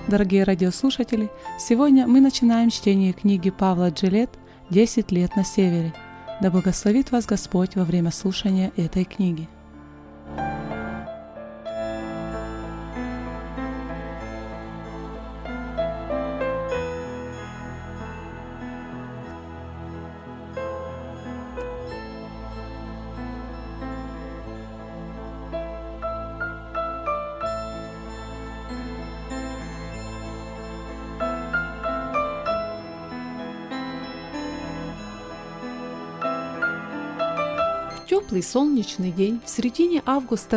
Дорогие радиослушатели, сегодня мы начинаем чтение книги Павла Джилет «10 лет на севере». Да благословит вас Господь во время слушания этой книги. Теплый солнечный день в середине августа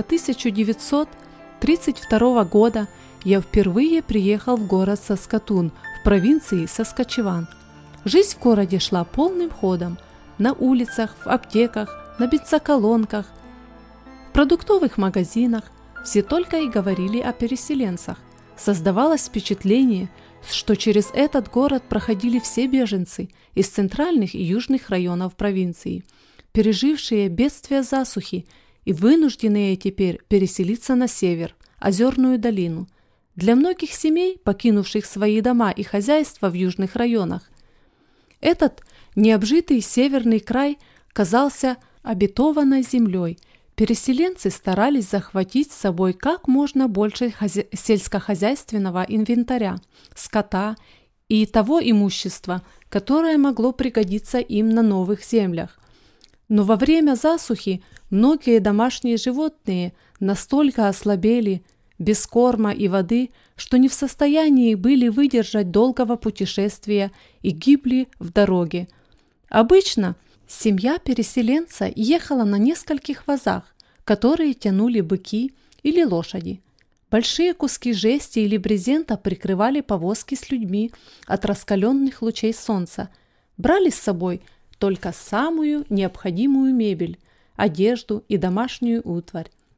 1932 года я впервые приехал в город Саскатун в провинции Саскачеван. Жизнь в городе шла полным ходом. На улицах, в аптеках, на бензоколонках, в продуктовых магазинах все только и говорили о переселенцах. Создавалось впечатление, что через этот город проходили все беженцы из центральных и южных районов провинции, пережившие бедствия засухи и вынужденные теперь переселиться на север, Озерную долину. Для многих семей, покинувших свои дома и хозяйства в южных районах, этот необжитый северный край казался обетованной землей. Переселенцы старались захватить с собой как можно больше сельскохозяйственного инвентаря, скота и того имущества, которое могло пригодиться им на новых землях. Но во время засухи многие домашние животные настолько ослабели без корма и воды, что не в состоянии были выдержать долгого путешествия и гибли в дороге. Обычно семья переселенца ехала на нескольких вазах, которые тянули быки или лошади. Большие куски жести или брезента прикрывали повозки с людьми от раскаленных лучей солнца. Брали с собой только самую необходимую мебель, одежду и домашнюю утварь.